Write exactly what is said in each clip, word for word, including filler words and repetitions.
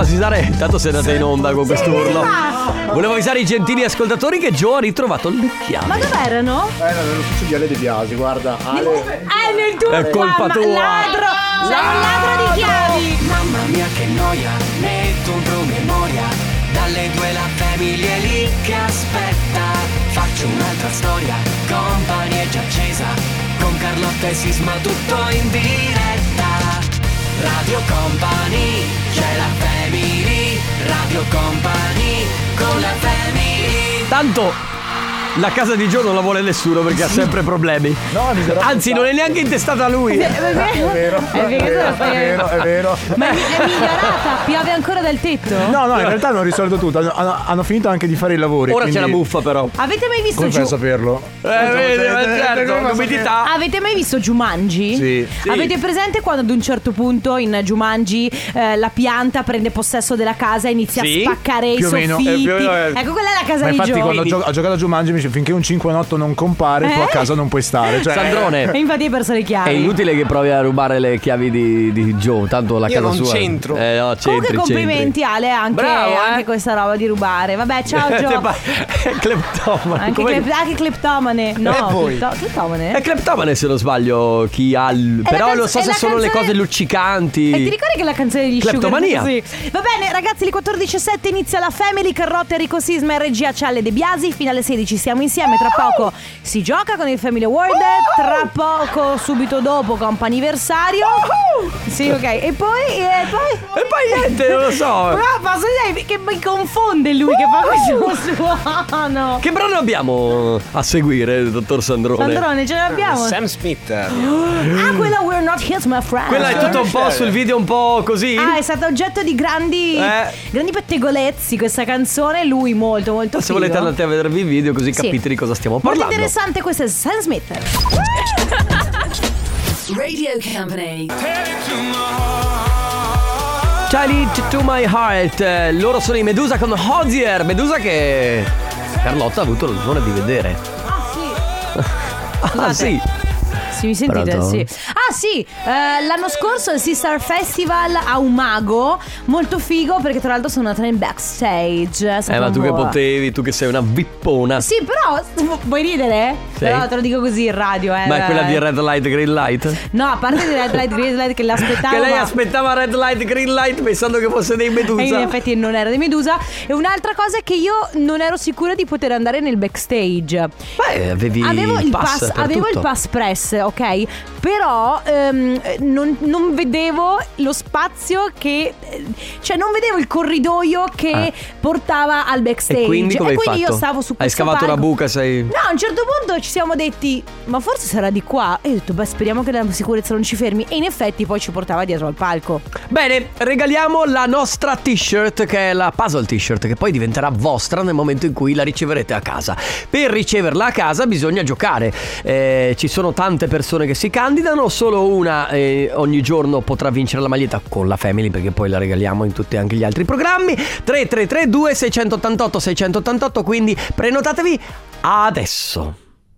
Cesare, tanto sei andata in onda con quest'urlo. Volevo avvisare i gentili ascoltatori che Joe ha ritrovato le chiavi. Ma dov'erano? Eh, nell'ufficio di Ale De Biasi, guarda. Ale. Eh, nel tuo. È colpa mamma, tua. Ladro! Sei un ladro di chiavi! Mamma mia che noia, metto un promemoria. Dalle due la famiglia è lì che aspetta. Faccio un'altra storia, company è già accesa. Con Carlotta e Sisma tutto in diretta. Radio Company, c'è la family. Radio Company, con la family. Tanto la casa di Joe non la vuole nessuno perché ha sempre problemi. No, anzi, non è neanche intestata a lui. È vero, è vero, è vero, è vero, è vero. Ma è, è migliorata? Piove ancora dal tetto? No, no, in realtà hanno risolto tutto. Hanno, hanno- hanno finito anche di fare i lavori. Ora quindi... c'è la buffa però. Avete mai visto Come fai a giù? saperlo? Eh, vedi, ma certo, l'umidità. Avete mai visto Jumanji? Sì. Sì. Avete presente quando ad un certo punto in Jumanji eh, la pianta prende possesso della casa e inizia Sì, a spaccare i più o meno. soffitti? Eh, più o meno, eh. Ecco, quella è la casa Ma di infatti Joe. quando Quindi- gio- ho giocato a Jumanji mi dice finché un cinque notte non compare tu Eh? a casa non puoi stare, cioè, Sandrone, E infatti hai perso le è chiavi. inutile che provi a rubare le chiavi di, di Joe, tanto la Io casa non sua. c'entro. Eh, no, c'entri, Comunque complimenti c'entri. Ale anche, Bravo, eh. anche questa roba di rubare. Vabbè, ciao È Joe. cleptomane. Anche, Com'è clep- anche cleptomane. No, E voi? clepto- cleptomane. È cleptomane se non sbaglio chi ha il... È la Però canz- non so è se la sono le canzone- cose luccicanti. E ti ricordi che la canzone di Cleptomania. Sugar? Sì. Va bene ragazzi, alle quattordici e sette inizia la Family. Carlotta, Enrico Sisma e regia c'è Ale De Biasi. Fino alle sedici siamo insieme. Tra poco si gioca con il Family Award. Tra poco, subito dopo, comp'anniversario. Sì, ok. E poi e poi E poi niente, non lo so. Però posso dire che mi confonde lui che fa questo suono. Che brano abbiamo a seguire, dottor Sandrone? Sandrone, ce l'abbiamo. Sam Smith. Ah, quella We're Not Here, My Friends. Quella è tutto un po' sul video, un po' così. Ah, è stata oggetto di grandi Eh. grandi pettegolezzi questa canzone. Lui molto molto Se figo. volete andate a vedervi il video così Sì. capite di cosa stiamo Molto parlando. interessante, questo è Sam Smith. Radio Company. Charlie to my heart. Eh, Loro sono i Medusa con Hozier. Medusa che Carlotta ha avuto l'onore di vedere. Ah, sì. Ah sì. Sì, mi sentite? Pronto? Sì. Ah sì, eh, l'anno scorso al Sister Festival a Umago, molto figo perché tra l'altro sono andata in backstage. È Eh stato ma tu un che po'- potevi, tu che sei una vippona. Sì, però vuoi ridere? Sì. Però te lo dico così in radio, eh. Ma è quella di Red Light, Green Light? No, a parte di Red Light, Green Light che l'aspettavo. Che lei ma- aspettava Red Light, Green Light pensando che fosse dei Medusa. E in effetti non era di Medusa. E un'altra cosa è che io non ero sicura di poter andare nel backstage. Beh, avevi Avevo il pass, pass, per avevo tutto. il pass press, ok? Però ehm, non, non vedevo lo spazio che. Cioè, non vedevo il corridoio che Ah. portava al backstage. E quindi come hai quindi fatto? io stavo su Hai questo scavato palco. una buca, sei... No, a un certo punto ci siamo detti, ma forse sarà di qua. E io ho detto, beh, speriamo che la sicurezza non ci fermi. E in effetti poi ci portava dietro al palco. Bene, regaliamo la nostra t-shirt, che è la puzzle t-shirt, che poi diventerà vostra nel momento in cui la riceverete a casa. Per riceverla a casa bisogna giocare. Eh, ci sono tante persone che si candidano, solo una eh, ogni giorno potrà vincere la maglietta con la Family, perché poi la regaliamo in tutti anche gli altri programmi. Tre tre tre due sei otto otto sei otto otto, quindi prenotatevi adesso.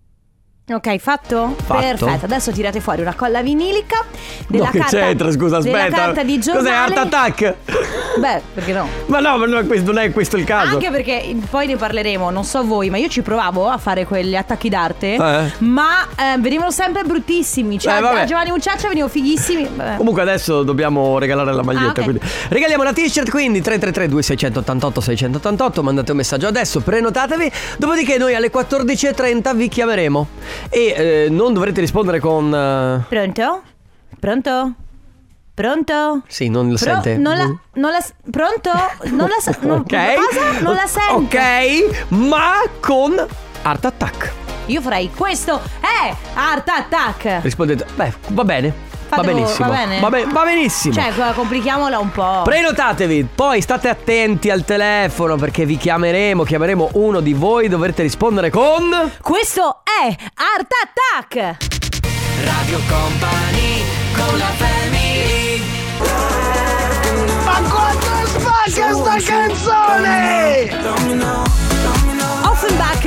Ok, fatto? Fatto. Perfetto, adesso tirate fuori una colla vinilica della No, che carta, c'entra, scusa, della aspetta. carta di giornale. Cos'è, Art Attack? Beh, perché no? Ma no, ma non è questo, non è questo il caso. Anche perché poi ne parleremo, non so voi, ma io ci provavo a fare quegli attacchi d'arte, Eh. ma eh, venivano sempre bruttissimi. Cioè, Eh, vabbè. a Giovanni Mucciaccia venivo fighissimi. Vabbè. Comunque adesso dobbiamo regalare la maglietta, Ah, ok. quindi regaliamo la t-shirt, quindi tre tre tre due sei otto otto sei otto otto, mandate un messaggio adesso, prenotatevi, dopodiché noi alle quattordici e trenta vi chiameremo e eh, non dovrete rispondere con eh, Pronto? Pronto? Pronto? sì, non lo Pro- sente. Non la, non la, pronto? Non la sa- non- Ok. Cosa? Non la sento. Ok, ma con Art Attack. Io farei questo è Art Attack. Rispondete, beh, va bene. Va Fate voi, benissimo. va bene? Va, be- va benissimo. Cioè, complichiamola un po'. Prenotatevi, poi state attenti al telefono perché vi chiameremo, chiameremo uno di voi, dovrete rispondere con... Questo è Art Attack. Radio Company con la family. Ma quanto è spacca sta canzone! Offenbach con Fast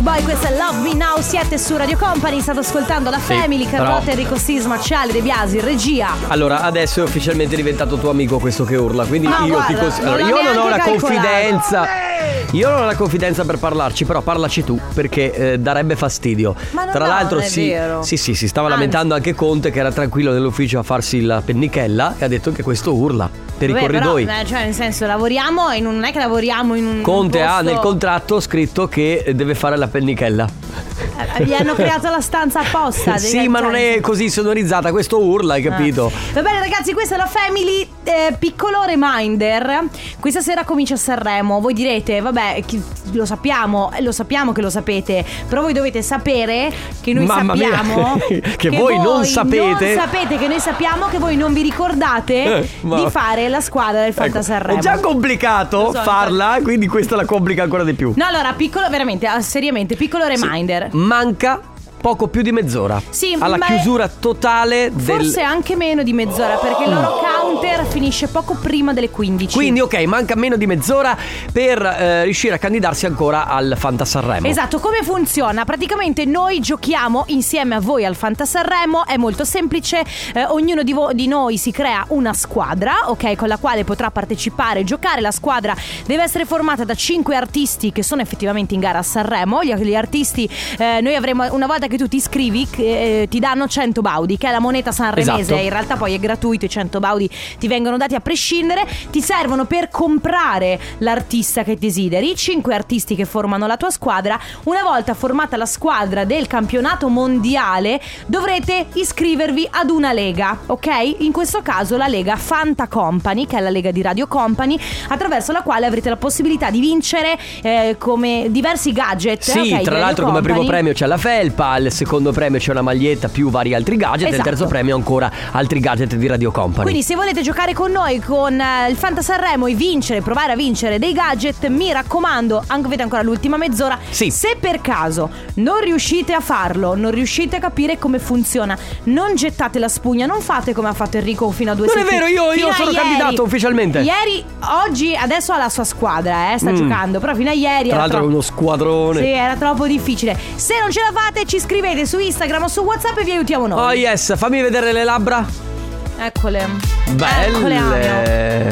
Boy, questa è Love Me Now. Siete su Radio Company, state ascoltando la Sì, Family, Carlotta, però- Enrico Sisma, Ciale De Biasi, regia. Allora, adesso è ufficialmente diventato tuo amico questo che urla, quindi No, io guarda, ti cons- non allora, l'ho io non ho neanche la calcolato. confidenza. Io non ho la confidenza per parlarci, però parlaci tu, perché eh, darebbe fastidio. Ma no, Tra no, l'altro non è sì, vero. sì, sì, si stava Anzi. lamentando anche Conte, che era tranquillo nell'ufficio a farsi la pennichella, e ha detto che questo urla per Vabbè, i corridoi. però, eh, cioè, nel senso, lavoriamo e non è che lavoriamo in un Conte posto... ha nel contratto scritto che deve fare la pennichella. Eh, Gli hanno creato la stanza apposta. Sì, devi- ma non è così sonorizzata, questo urla, hai capito? Va bene ragazzi, questa è la Family, eh, piccolo reminder. Questa sera comincia Sanremo. Voi direte, vabbè, chi- lo sappiamo, eh, lo sappiamo che lo sapete, però voi dovete sapere che noi Mamma mia, sappiamo che voi non sapete. Non sapete che noi sappiamo che voi non vi ricordate Eh, ma- di fare la squadra del Fanta Ecco, Sanremo. è già complicato Lo so, farla, quindi questa la complica ancora di più. No, allora, piccolo, veramente, ah, seriamente, piccolo reminder. Manca poco più di mezz'ora Sì, alla ma- chiusura totale del... Forse anche meno di mezz'ora, perché il loro counter finisce poco prima delle quindici. Quindi ok, manca meno di mezz'ora per eh, riuscire a candidarsi ancora al Fanta Sanremo. Esatto, come funziona? Praticamente noi giochiamo insieme a voi al Fanta Sanremo, è molto semplice, eh, ognuno di, vo- di noi si crea una squadra, ok, con la quale potrà partecipare, giocare. La squadra deve essere formata da cinque artisti che sono effettivamente in gara a Sanremo. Gli, gli artisti, eh, noi avremo, una volta che tu ti iscrivi, eh, ti danno cento baudi, che è la moneta sanremese. Esatto. In realtà poi è gratuito, i cento baudi ti vengono dati a prescindere, ti servono per comprare l'artista che desideri. Cinque artisti che formano la tua squadra. Una volta formata la squadra del campionato mondiale, dovrete iscrivervi ad una lega, ok? In questo caso la lega Fanta Company, che è la lega di Radio Company, attraverso la quale avrete la possibilità di vincere eh, come diversi gadget. Sì, ok, di tra Radio l'altro come Company. primo premio c'è la felpa, al secondo premio c'è una maglietta più vari altri gadget, e il Esatto. terzo premio ancora altri gadget di Radio Company. Quindi se volete giocare con noi con eh, il Fanta Sanremo e vincere, provare a vincere dei gadget, mi raccomando, anche avete ancora l'ultima mezz'ora. Sì. Se per caso non riuscite a farlo, non riuscite a capire come funziona, non gettate la spugna, non fate come ha fatto Enrico fino a due Non è settimane. vero, io- io Fino a sono ieri. candidato ufficialmente. Ieri, oggi, adesso ha la sua squadra, eh, sta Mm. giocando, però fino a ieri Tra era l'altro è troppo- uno squadrone. Sì, era troppo difficile. Se non ce la fate, ci scrivete su Instagram o su WhatsApp e vi aiutiamo noi. Oh yes, fammi vedere le labbra. Eccole. Belle. Eccole, Amio.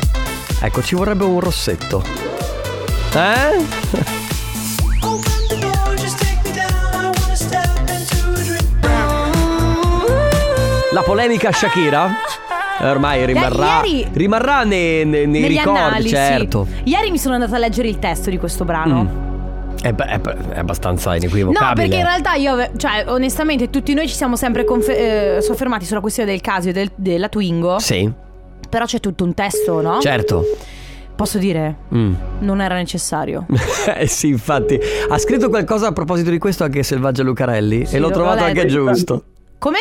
Ecco, ci vorrebbe un rossetto. Eh? La polemica Shakira eh, ormai rimarrà ieri- rimarrà nei, nei- nei Negli ricordi, annali, certo. sì. Ieri mi sono andata a leggere il testo di questo brano. Mm. È, è, è abbastanza inequivocabile. No, perché in realtà io, ave- cioè, onestamente, tutti noi ci siamo sempre confe- eh, soffermati sulla questione del Casio e del- della Twingo. Sì, Però c'è tutto un testo, no? certo. Posso dire? Mm. Non era necessario. Eh sì, infatti. Ha scritto qualcosa a proposito di questo anche Selvaggia Lucarelli, Sì, e l'ho l'ho trovato letto. anche giusto. Come?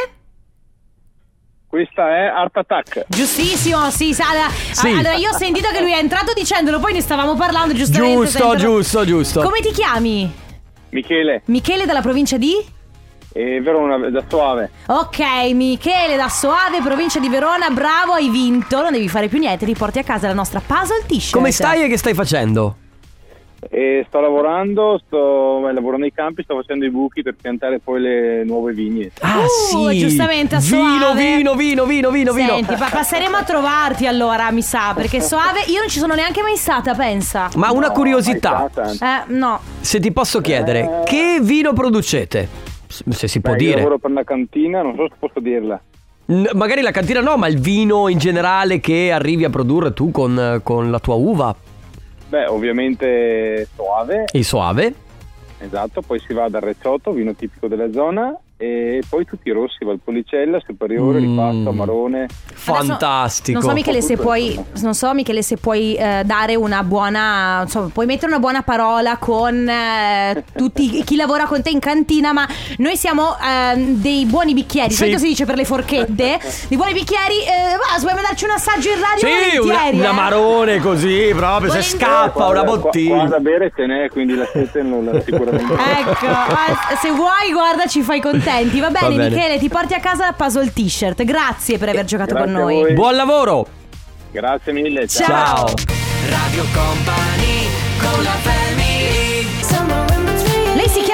Questa è Art Attack. Giustissimo, sì, Sara. Sì. Allora, io ho sentito che lui è entrato dicendolo, poi ne stavamo parlando giustamente. Giusto, senza- giusto, giusto. Come ti chiami? Michele, Michele dalla provincia di? e Verona da Soave. Ok, Michele da Soave, provincia di Verona, bravo, hai vinto. Non devi fare più niente, ti porti a casa la nostra puzzle t-shirt. Come stai e che stai facendo? E sto lavorando, sto beh, lavoro nei campi, sto facendo i buchi per piantare poi le nuove vigne. Ah Uh, sì, giustamente, a vino, Soave. vino, vino, vino, vino, vino. Senti, pa- passeremo a trovarti allora, mi sa, perché Soave io non ci sono neanche mai stata, pensa. Ma una No, curiosità, mai stata. Eh, no. se ti posso chiedere, Eh. che vino producete? S- Se si può Beh, io dire. lavoro per una cantina, non so se posso dirla. N- magari la cantina no, ma il vino in generale che arrivi a produrre tu con, con la tua uva, Beh, ovviamente Soave, il Soave. esatto, poi si va dal Recioto, vino tipico della zona, e poi tutti i rossi, Valpolicella, Superiore, Mm. Ripasto, Amarone. Fantastico. Non so Michele se Tutto, puoi insomma. Non so Michele se puoi eh, dare una buona, insomma, puoi mettere una buona parola con eh, tutti chi lavora con te in cantina, ma noi siamo ehm, dei buoni bicchieri. Di Sì. solito si dice per le forchette, dei buoni bicchieri. Eh, va, se vuoi darci un assaggio in radio, Sì, una, volentieri, un eh. amarone così, proprio se Volentieri. scappa una Qua- Qua bottiglia. da bere ce n'è, quindi la sete non la sicuramente. Ecco, eh, se vuoi guarda ci fai contenti. Va bene, Va bene. Michele, ti porti a casa la puzzle t-shirt. Grazie per aver giocato Grazie con a noi. voi. Buon lavoro. Grazie mille, ciao. Ciao. Radio Company con la family. Lei si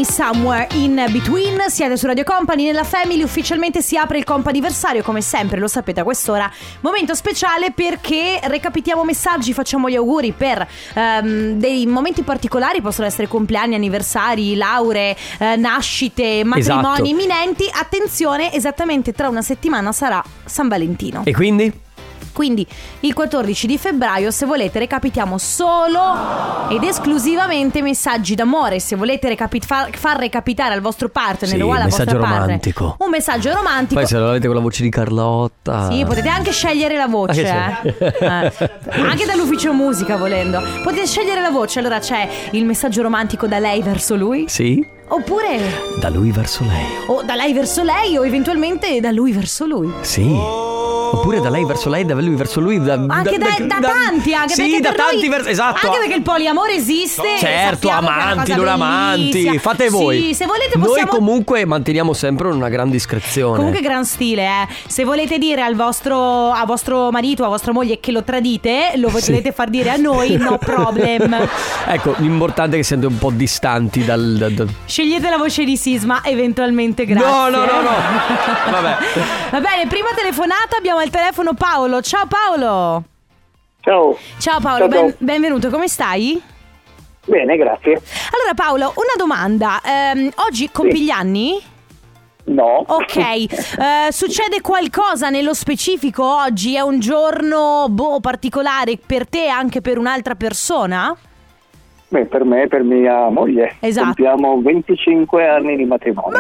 Somewhere in Between. Siete su Radio Company, nella Family. Ufficialmente si apre il comp'anniversario, come sempre, lo sapete a quest'ora. Momento speciale perché recapitiamo messaggi, facciamo gli auguri per um, dei momenti particolari. Possono essere compleanni, anniversari, lauree, eh, nascite, matrimoni esatto. imminenti. Attenzione, esattamente tra una settimana sarà San Valentino. E quindi? Quindi il quattordici di febbraio, se volete, recapitiamo solo ed esclusivamente messaggi d'amore. Se volete recapi- far, far recapitare al vostro partner sì, o alla vostra partner romantico. un messaggio romantico. Poi se lo avete con la voce di Carlotta. Sì, potete anche scegliere la voce, anche, eh. eh. Anche dall'ufficio musica, volendo. Potete scegliere la voce. Allora c'è il messaggio romantico da lei verso lui. Sì. Oppure da lui verso lei. O da lei verso lei, o eventualmente da lui verso lui. Sì. Oppure da lei verso lei, da lui verso lui, da, anche da, da, da, da tanti, anche sì, perché da per tanti noi, verso, esatto. Anche perché il poliamore esiste. Certo, amanti, non amanti. bellissima. Fate voi. Sì, se volete possiamo... Noi comunque manteniamo sempre una gran discrezione. Comunque gran stile, eh. Se volete dire al vostro a vostro marito, a vostra moglie che lo tradite, lo potete sì. far dire a noi, no problem. Ecco, l'importante è che siete un po' distanti dal, dal, dal... Scegliete la voce di Sisma, eventualmente, grazie. No, no, no, no. Vabbè. Va bene, prima telefonata abbiamo al telefono Paolo. Ciao Paolo. Ciao. Ciao Paolo, ciao, ben, benvenuto, come stai? Bene, grazie. Allora Paolo, una domanda. Ehm, oggi compi sì. gli anni? No. Ok, eh, succede qualcosa nello specifico oggi? È un giorno boh, particolare per te e anche per un'altra persona? Beh, per me e per mia moglie. Esatto. Compiamo venticinque anni di matrimonio.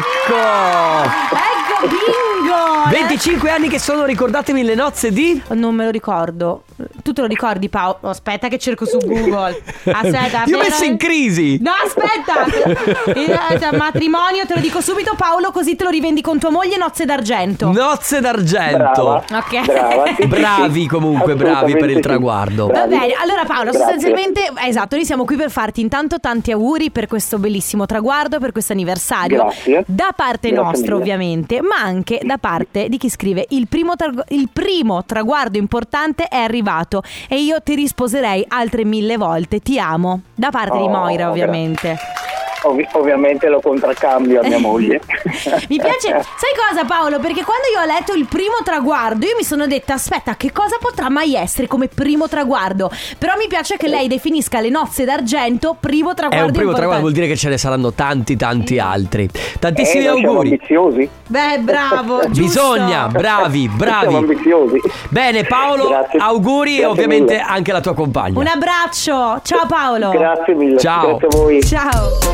Ecco! Ecco, bingo! venticinque anni che sono, ricordatemi le nozze di? Non me lo ricordo. Tu te lo ricordi, Paolo? Aspetta che cerco su Google. Aspetta, Ti ho per... messo in crisi. No, aspetta. Il matrimonio, te lo dico subito, Paolo, così te lo rivendi con tua moglie. Nozze d'argento. Nozze d'argento. Brava. Ok. Brava, sì, bravi sì, comunque, bravi per il sì. traguardo. Va Bravi. bene, allora Paolo, Grazie. sostanzialmente, esatto, noi siamo qui per farti intanto tanti auguri per questo bellissimo traguardo, per questo anniversario. Grazie. Da parte Grazie nostra, mille. ovviamente, ma anche da parte di chi scrive: il primo, tra- il primo traguardo importante è arrivato e io ti risposerei altre mille volte. Ti amo. Da parte Oh, di Moira, ovviamente. Ovvi- ovviamente lo contraccambio a mia moglie. Mi piace, sai cosa Paolo? Perché quando io ho letto il primo traguardo io mi sono detta: aspetta, che cosa potrà mai essere come primo traguardo? Però mi piace che lei definisca le nozze d'argento primo traguardo. È un primo importante. traguardo, vuol dire che ce ne saranno tanti tanti altri. Tantissimi eh, noi siamo auguri. ambiziosi. Beh, bravo, giusto. Bisogna, bravi, Siamo bravi. ambiziosi. Bene Paolo, Grazie. auguri Grazie e ovviamente mille. anche alla tua compagna. Un abbraccio. Ciao Paolo. Grazie mille. Ciao. Grazie a voi. Ciao.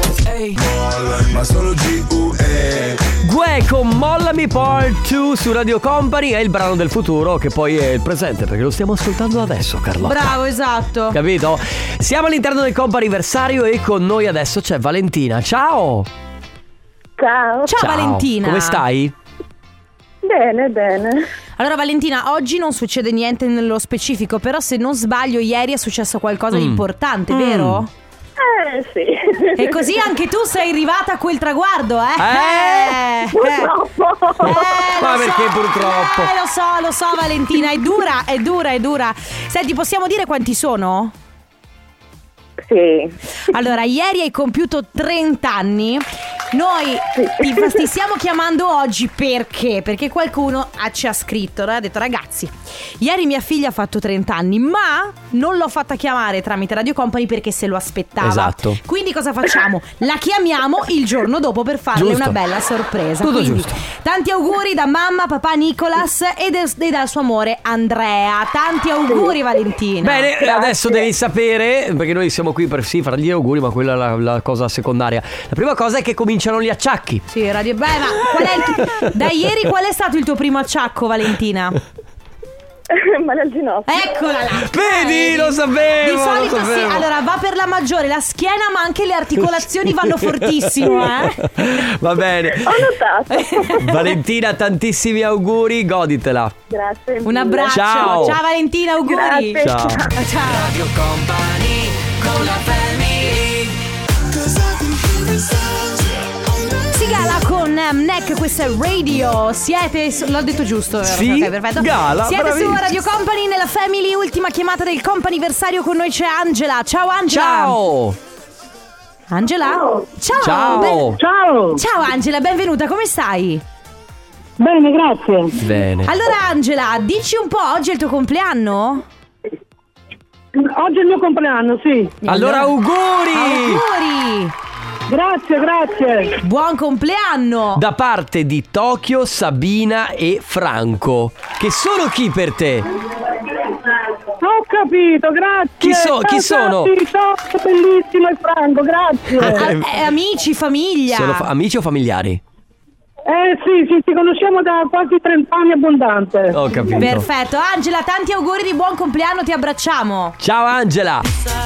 Ma solo G U E. Gue con Mollami Part due su Radio Company è il brano del futuro che poi è il presente perché lo stiamo ascoltando adesso, Carlotta. Bravo, esatto. Capito? Siamo all'interno del comp'anniversario e con noi adesso c'è Valentina. Ciao. Ciao. Ciao, Valentina. Come stai? Bene, bene. Allora Valentina, oggi non succede niente nello specifico, però se non sbaglio ieri è successo qualcosa Mm. di importante, Mm. vero? Eh, sì. E così anche tu sei arrivata a quel traguardo, eh? Eh. Eh, Purtroppo. eh, Ma lo perché so, purtroppo? Eh, lo so, lo so Valentina, è dura, è dura, è dura. Senti, possiamo dire quanti sono? Sì. Allora, ieri hai compiuto trenta anni. Noi ti, ti stiamo chiamando oggi perché? Perché qualcuno ha- ci ha scritto, no? Ha detto: ragazzi, ieri mia figlia ha fatto trenta anni, ma non l'ho fatta chiamare tramite Radio Company perché se lo aspettava. Esatto. Quindi cosa facciamo? La chiamiamo il giorno dopo per farle Giusto. una bella sorpresa. Tutto Quindi, giusto. tanti auguri da mamma, papà Nicolas e, de- e dal suo amore Andrea. Tanti auguri Valentina. Bene, adesso devi sapere, perché noi siamo qui per sì fare gli auguri, ma quella è la, la cosa secondaria. La prima cosa è che cominciano gli acciacchi. Sì, radio. Beh, ma qual è il tu- da ieri qual è stato il tuo primo acciacco, Valentina? Male al ginocchio. Eccola là. Vedi, lo sapevo. Di solito lo sì, sapevo. allora va per la maggiore la schiena, ma anche le articolazioni vanno fortissimo, eh? Va bene. Ho notato. Valentina, tantissimi auguri, goditela. Grazie mille. Un abbraccio. Ciao. Ciao Valentina, auguri. Grazie. Ciao. Ciao. Radio Company con la family. Sigala con um, Neck, questa è Radio. Siete, su- l'ho detto giusto, vero? Sì, Ok, perfetto. Gala, Siete bravissima. su Radio Company nella Family, ultima chiamata del comp'anniversario. Con noi c'è Angela. Ciao Angela. Ciao. Angela? Ciao. Ciao. Ben- Ciao. Ciao Angela, benvenuta, come stai? Bene, grazie. Bene. Allora Angela, dici un po', oggi è il tuo compleanno? Oggi è il mio compleanno, sì. Allora auguri! Auguri! Grazie, grazie. Buon compleanno! Da parte di Tokyo, Sabina e Franco. Che sono chi per te? Ho capito, grazie. Chi so- chi Ciao, sono? Ciao, bellissimo e Franco, grazie. Ah, eh, amici, famiglia. Sono fa- amici o familiari? Eh sì, sì, ci conosciamo da quasi trenta anni abbondante. Ho capito. Perfetto, Angela, tanti auguri di buon compleanno, ti abbracciamo. Ciao Angela.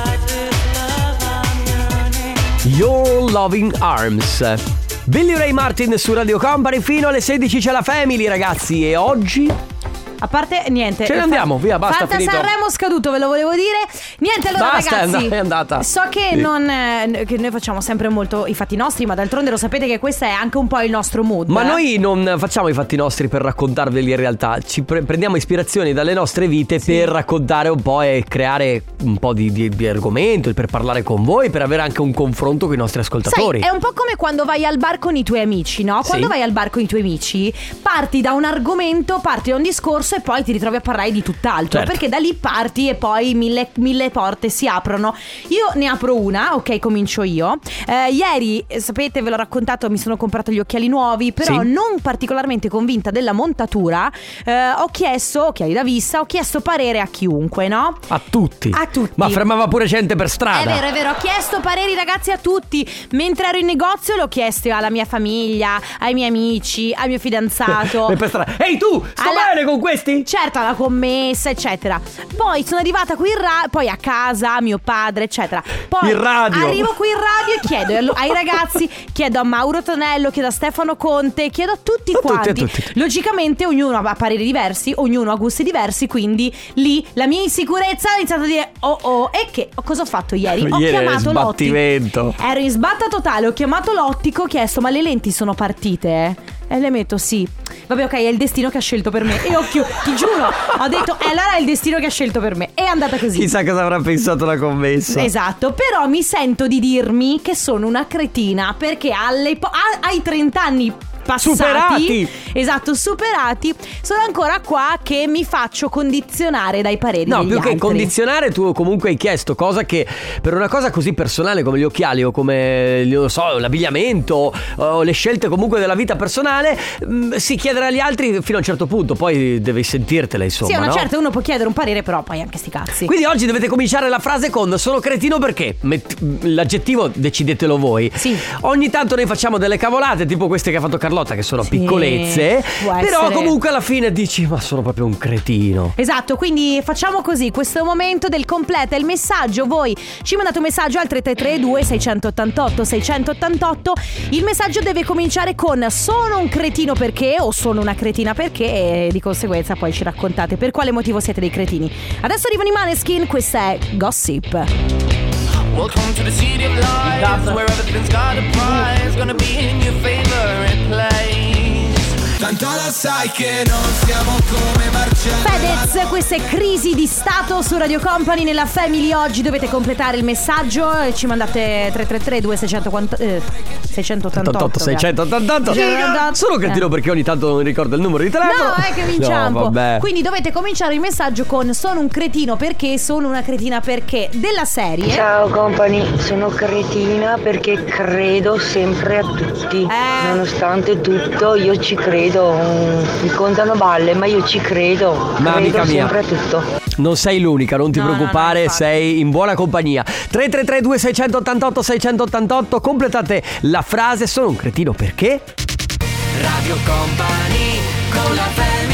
Your Loving Arms. Billy Ray Martin su Radio Company. Fino alle sedici c'è la Family, ragazzi. E oggi A parte niente. ce ne andiamo, via, basta, Fanta finito. Sanremo scaduto, ve lo volevo dire. Niente, allora Basta, è ragazzi, and- è andata. so che Sì. non eh, che noi facciamo sempre molto i fatti nostri, ma d'altronde lo sapete che questo è anche un po' il nostro mood. Ma eh? noi non facciamo i fatti nostri per raccontarveli in realtà. Ci pre- prendiamo ispirazioni dalle nostre vite per raccontare un po' e creare un po' di, di, di argomento, per parlare con voi, per avere anche un confronto con i nostri ascoltatori. Sai, è un po' come quando vai al bar con i tuoi amici, no? Quando Sì. vai al bar con i tuoi amici, parti da un argomento, parti da un discorso e poi ti ritrovi a parlare di tutt'altro. Certo. Perché da lì parti e poi mille, mille porte si aprono. Io ne apro una, ok, comincio io. Eh, ieri, eh, sapete, ve l'ho raccontato, mi sono comprato gli occhiali nuovi, però Sì. non particolarmente convinta della montatura. Eh, ho chiesto, occhiali da vista, ho chiesto parere a chiunque, no? A tutti. A tutti. Ma fermava pure gente per strada. È vero, è vero, ho chiesto pareri ragazzi a tutti. Mentre ero in negozio l'ho chiesto alla mia famiglia, ai miei amici, al mio fidanzato. E per strada. Ehi tu, sto Alla- bene con questi? Certo, alla commessa, eccetera. Poi sono arrivata qui in ra- poi a casa, mio padre, eccetera. Poi In radio. arrivo qui in radio e chiedo allo- ai ragazzi, chiedo a Mauro Tonello, chiedo a Stefano Conte, chiedo a tutti A tutti, quanti. a tutti. Logicamente ognuno ha pareri diversi, ognuno ha gusti diversi, quindi lì la mia insicurezza ha iniziato a dire oh oh. E che cosa ho fatto ieri? Ho Ieri è chiamato l'ottico. sbattimento. Ero in sbatta totale, ho chiamato l'ottico, ho chiesto ma le lenti sono partite? E le metto sì. Vabbè, ok, è il destino che ha scelto per me. E occhio, ti giuro, ho detto e allora è il destino che ha scelto per me. È andata così. Chissà cosa avrà pensato la commessa. Esatto, però mi sento di dirmi che sono una cretina perché alle po- a- ai trenta anni passati, Superati. esatto, superati, sono ancora qua che mi faccio condizionare dai pareri No, degli più altri. che condizionare, tu comunque hai chiesto cosa che per una cosa così personale come gli occhiali o come, non so, l'abbigliamento o le scelte comunque della vita personale, mh, si chiederà agli altri fino a un certo punto, poi devi sentirtela, insomma. Sì, una no? certa, uno può chiedere un parere, però poi anche sti cazzi. Quindi oggi dovete cominciare la frase con sono cretino perché Met- l'aggettivo decidetelo voi. Sì. Ogni tanto noi facciamo delle cavolate tipo queste che ha fatto Carlotta, che sono Sì, piccolezze, può però essere. comunque alla fine dici ma sono proprio un cretino. Esatto, quindi facciamo così, questo momento del completa il messaggio, voi ci mandate un messaggio al tre tre tre due sei otto otto sei otto otto. Il messaggio deve cominciare con sono un cretino perché o sono una cretina perché e di conseguenza poi ci raccontate per quale motivo siete dei cretini. Adesso arrivano i Maneskin, questa è Gossip. Welcome to the city of lights, where everything's got a prize. Gonna be in your favorite place. Tanto lo sai che non siamo come Marcello. Fedez, questa è Crisi di Stato su Radio Company nella Family. Oggi dovete completare il messaggio e ci mandate tre tre tre due sei otto otto eh, sei otto otto sei otto otto. Sono cretino perché ogni tanto non ricordo il numero di telefono. No, è che mi inciampo. No, vabbè. Quindi dovete cominciare il messaggio con sono un cretino perché, sono una cretina perché, della serie. Ciao company, sono cretina perché credo sempre a tutti. Eh. Nonostante tutto io ci credo. mm, Mi contano balle, ma io ci credo. Ma credo amica mia, sempre a tutto. non sei l'unica, non ti No, no, preoccupare, no, infatti. sei in buona compagnia. Tre tre tre due sei otto otto sei otto otto. Completate la frase sono un cretino perché? Radio Company con la family.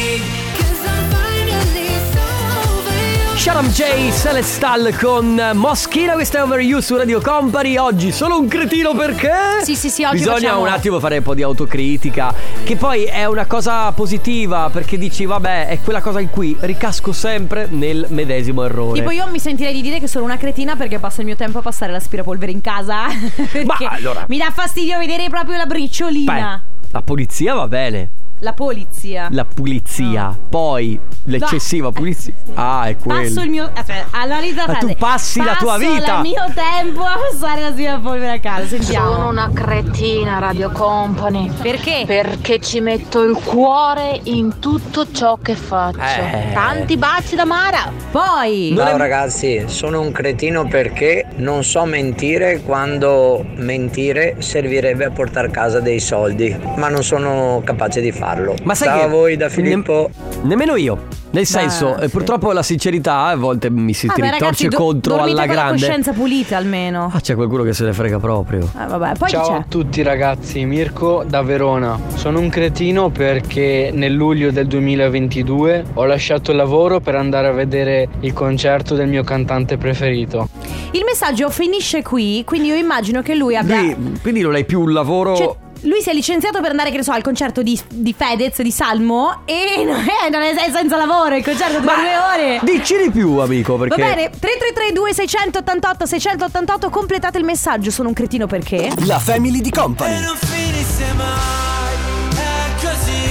Sharam J, Celestal con Moschina, questa è Over You su Radio Company. Oggi sono un cretino perché? Sì, sì, sì, oggi bisogna facciamo- un attimo fare un po' di autocritica, che poi è una cosa positiva, perché dici vabbè, è quella cosa in cui ricasco sempre nel medesimo errore. Tipo io mi sentirei di dire che sono una cretina perché passo il mio tempo a passare l'aspirapolvere in casa. Perché Ma allora- mi dà fastidio vedere proprio la bricciolina. Beh, la polizia va bene. La polizia. La pulizia. No. Poi l'eccessiva no. pulizia. Eh, sì. Ah, è quello. Passo il mio. Aspetta, analizza. Ma tu passi Passo la tua vita. Passo il mio tempo a passare l'aspirapolvere a casa. Sentiamo. Sono una cretina, Radio Company. Perché? Perché ci metto il cuore in tutto ciò che faccio. Eh. Tanti baci da Mara. Poi. Ciao ragazzi, sono un cretino perché non so mentire quando mentire servirebbe a portare a casa dei soldi, ma non sono capace di farlo. Ma sai Ciao che a voi da Filippo. Ne- nemmeno io. Nel senso, Beh, eh, sì. purtroppo la sincerità a volte mi si Ah, ti beh, ritorce ragazzi, do- contro dormite alla con grande. la coscienza pulita almeno. Ah, c'è qualcuno che se ne frega proprio. Eh, vabbè, poi Ciao c'è. a tutti ragazzi, Mirko da Verona. Sono un cretino perché nel luglio del duemilaventidue ho lasciato il lavoro per andare a vedere il concerto del mio cantante preferito. Il messaggio finisce qui, quindi io immagino che lui abbia. Quindi, quindi non hai più un lavoro. Cioè, lui si è licenziato per andare, che ne so, al concerto di, di Fedez, di Salmo. E non è, non è senza lavoro, il concerto dura due ore. Dici di più, amico, perché. Va bene, tre tre tre due sei otto otto sei otto otto, completate il messaggio. Sono un cretino perché? La Family di Company. E non finisse mai, è così.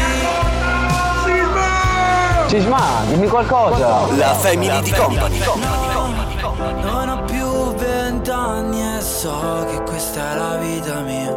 Sisma, dimmi qualcosa. La Family di Company. Non ho più vent'anni e so che questa è la vita mia.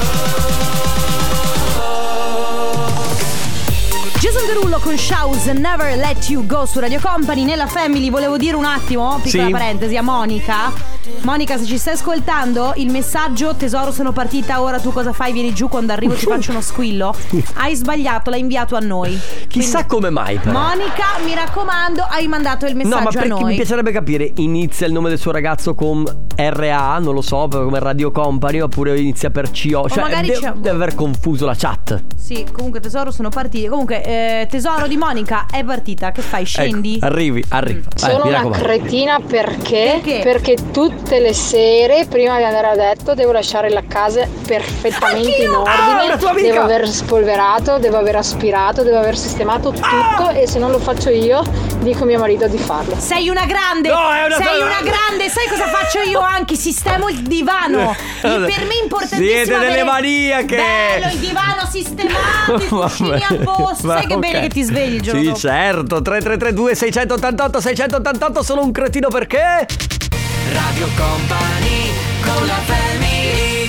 Jason Derulo con Shows Never Let You Go su Radio Company. Nella Family volevo dire un attimo, piccola Sì. parentesi, a Monica. Monica, se ci stai ascoltando, il messaggio tesoro sono partita, ora tu cosa fai? Vieni giù, quando arrivo ti faccio uno squillo. Hai sbagliato, l'hai inviato a noi. Chissà Quindi, come mai però. Monica, mi raccomando, hai mandato il messaggio No, ma a perché noi. mi piacerebbe capire, inizia il nome del suo ragazzo con R A, non lo so, come Radio Company, oppure inizia per C O. Cioè magari de- c'è- deve aver confuso la chat. Sì, comunque tesoro sono partiti. Comunque eh, tesoro di Monica è partita. Che fai? Scendi? Ecco, arrivi, arrivi. Vai, Sono mi una raccomando. cretina perché? Perché? Perché tutte le sere, prima di andare a letto, devo lasciare la casa perfettamente in Anch'io! Ah, ordine. una tua amica! Devo aver spolverato, devo aver aspirato, devo aver sistemato tutto. E se non lo faccio io, dico a mio marito di farlo. Sei una grande. No, è una Sei tua- una grande. Sai cosa faccio io anche? Sistemo il divano. Per me è importantissimo. Siete avere delle maniache. bello il divano sistemato, i cuscini a posto. Sai che Ok. bene che ti svegli il giorno Sì, dopo. certo. Tre tre tre due sei otto otto sei otto otto. Sono un cretino perché? Radio Company con la Family.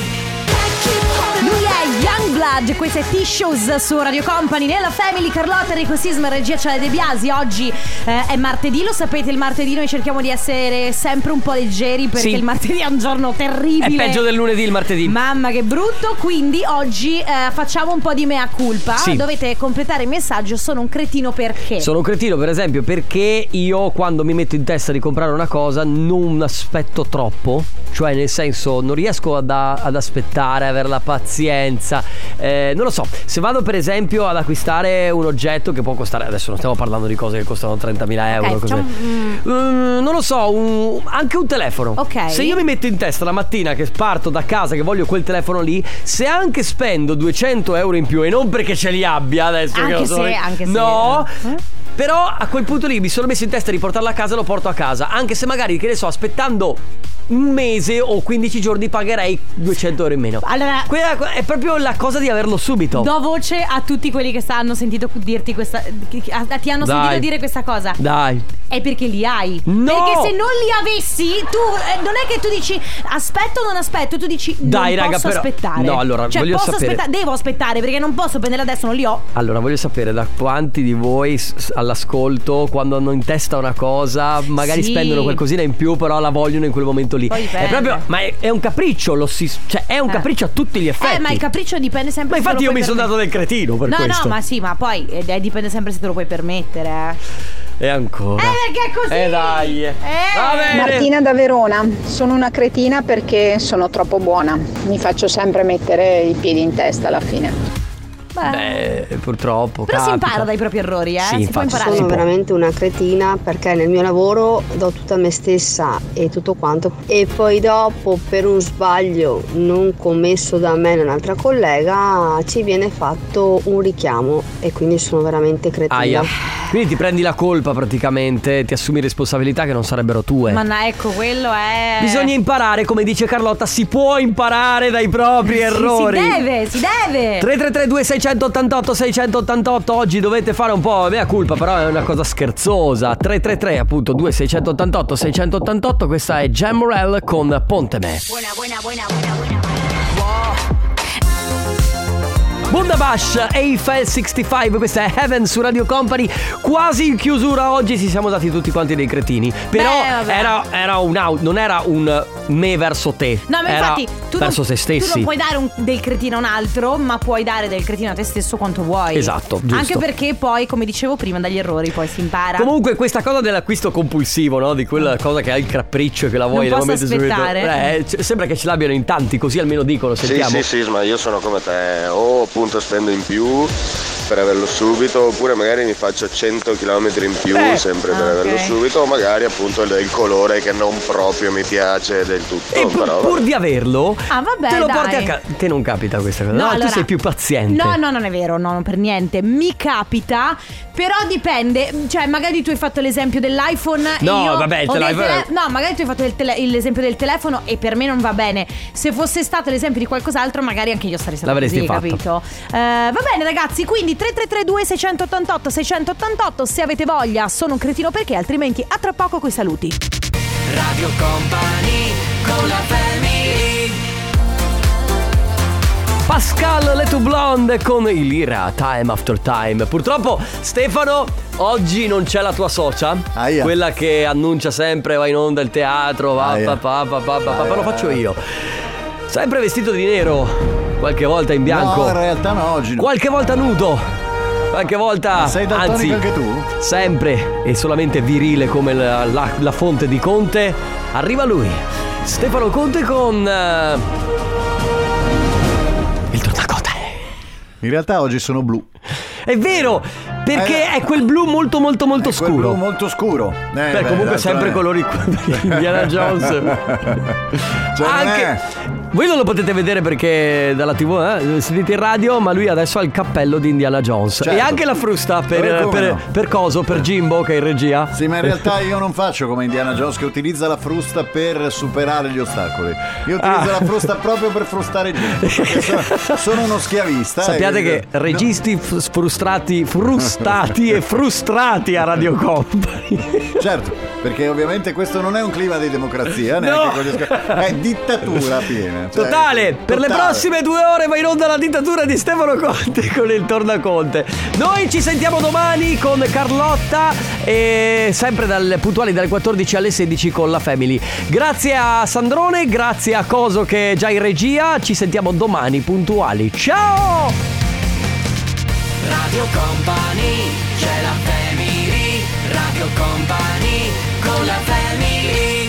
Lui è Youngblood, questo è T-Shows su Radio Company. Nella Family, Carlotta, Enrico Sisma, regia Ciale De Biasi. Oggi eh, è martedì, lo sapete, il martedì noi cerchiamo di essere sempre un po' leggeri, perché Sì. il martedì è un giorno terribile. È peggio del lunedì il martedì. Mamma che brutto. Quindi oggi eh, facciamo un po' di mea culpa. Sì. Dovete completare il messaggio. Sono un cretino perché? Sono un cretino, per esempio, perché io quando mi metto in testa di comprare una cosa non aspetto troppo. Cioè, nel senso, non riesco ad, ad aspettare, avere la pazienza. Eh, non lo so, se vado per esempio ad acquistare un oggetto che può costare, adesso non stiamo parlando di cose che costano trentamila euro, Ok, così. facciamo, mm, Mm, non lo so, un- anche un telefono. Ok. Se io mi metto in testa la mattina che parto da casa, che voglio quel telefono lì, se anche spendo duecento euro in più, e non perché ce li abbia adesso, Anche che lo so, se- anche se- no, eh? però a quel punto lì mi sono messo in testa di portarlo a casa e lo porto a casa. Anche se magari, che ne so, aspettando un mese o quindici giorni pagherei duecento euro in meno. Allora, Quella è proprio la cosa di averlo subito. do voce a tutti quelli che hanno sentito dirti questa. Ti hanno Dai. sentito dire questa cosa. Dai. È perché li hai. No. Perché se non li avessi, tu eh, non è che tu dici aspetto o non aspetto, tu dici Dai, non raga, posso però- aspettare. No, allora, cioè, voglio posso sapere- aspettare, devo aspettare perché non posso prendere adesso, non li ho. Allora, voglio sapere da quanti di voi s- s- all'ascolto, quando hanno in testa una cosa, magari Sì. spendono qualcosina in più, però la vogliono in quel momento lì. Poi È dipende. proprio, ma è, è un capriccio, lo si, cioè è un Eh. capriccio a tutti gli effetti. Eh, ma il capriccio dipende sempre Ma se te infatti lo io mi puoi sono dato permettere. del cretino per No, questo. no, ma sì, ma poi eh, dipende sempre se te lo puoi permettere. Eh. E ancora. Eh, perché è così. Eh dai. Eh. Va bene. Martina da Verona, sono una cretina perché sono troppo buona, mi faccio sempre mettere i piedi in testa alla fine. Beh, Beh, purtroppo. però si capita. impara dai propri errori, eh. Sì, si può infatti, imparare. Sono veramente una cretina perché nel mio lavoro do tutta me stessa e tutto quanto, e poi dopo per un sbaglio non commesso da me e da un'altra collega ci viene fatto un richiamo e quindi sono veramente cretina. Aia. Quindi ti prendi la colpa praticamente, ti assumi responsabilità che non sarebbero tue. Ma no, ecco, quello è... Bisogna imparare, come dice Carlotta, si può imparare dai propri errori. Si deve, si deve. tre tre tre due sei otto otto sei otto otto. Oggi dovete fare un po' mea culpa, però è una cosa scherzosa. Tre tre tre appunto due sei otto otto sei otto otto. Questa è Jam Morel con Ponte Me. Buona, buona, buona, buona, buona. Bundabash, Eiffel sessantacinque, questa è Heaven su Radio Company. Quasi in chiusura oggi, ci siamo dati tutti quanti dei cretini. Però Beh, era, era un out, non era un me verso te. No, ma era infatti tu verso non, se stessi. tu non puoi dare un, del cretino a un altro, ma puoi dare del cretino a te stesso quanto vuoi. Esatto, giusto. Anche perché poi, come dicevo prima, dagli errori poi si impara. Comunque questa cosa dell'acquisto compulsivo, no? Di quella cosa che hai il capriccio che la vuoi Non e la posso metti subito. aspettare. Eh, c- sembra che ce l'abbiano in tanti, così almeno dicono, sentiamo. Sì, sì, sì, ma io sono come te, o appunto spendo in più per averlo subito, oppure magari mi faccio cento chilometri in più Eh. sempre per Ah, averlo ok. subito, o magari appunto il, il colore che non proprio mi piace del tutto. E pur, però, pur di averlo, Ah, vabbè, te lo dai. porti a casa. Te non capita questa cosa. No, No, allora- tu sei più paziente. No, no, non è vero, no, non per niente. Mi capita, però dipende. Cioè, magari tu hai fatto l'esempio dell'iPhone. e No, io vabbè, il ho del telefono- No, magari tu hai fatto il tele- l'esempio del telefono e per me non va bene. Se fosse stato l'esempio di qualcos'altro, magari anche io sarei stata L'avresti così, fatto. capito? Eh, va bene, ragazzi, quindi tre tre tre due sei otto otto sei otto otto. Se avete voglia, sono un cretino perché, altrimenti a tra poco coi saluti. Radio Company con la family. Pascal Le Two Blonde con Ilira, Time After Time. Purtroppo, Stefano, oggi non c'è la tua socia. Aia. Quella che annuncia sempre va in onda il teatro, va Aia. pa, pa, pa, pa, pa, Aia. lo faccio io. Sempre vestito di nero, qualche volta in bianco. No, in realtà no, oggi no. Qualche volta nudo, qualche volta, Sei daltonico anzi, anche tu? sempre e solamente virile come la, la- la fonte di Conte. Arriva lui, Stefano Conte con eh, il tornaconte. In realtà oggi sono blu. È vero, perché Eh, è quel blu molto molto molto È quel scuro. blu molto scuro. Eh, Beh, beh, comunque d'altro sempre è- colori Indiana Jones. Cioè, non Anche è- voi non lo potete vedere perché dalla tivù, eh? Sentite in radio, ma lui adesso ha il cappello di Indiana Jones. Certo. E anche la frusta per, Eh, come per, no? per coso, per Jimbo che è in regia. Sì, ma in realtà io non faccio come Indiana Jones che utilizza la frusta per superare gli ostacoli. Io utilizzo Ah. la frusta proprio per frustare gente. Perché sono, sono uno schiavista. Sappiate e- che registi f- frustrati, frustati e frustrati a Radio Company. Certo, perché ovviamente questo non è un clima di democrazia, neanche No. con gli sca- è dittatura piena. Cioè, Totale, per le totale. prossime due ore va in onda la dittatura di Stefano Conte con il Tornaconte. Noi ci sentiamo domani con Carlotta e sempre dal, puntuali dalle quattordici alle sedici con la Family. Grazie a Sandrone, grazie a Coso che è già in regia, ci sentiamo domani puntuali. Ciao! Radio Company, c'è la family. Radio Company con la family.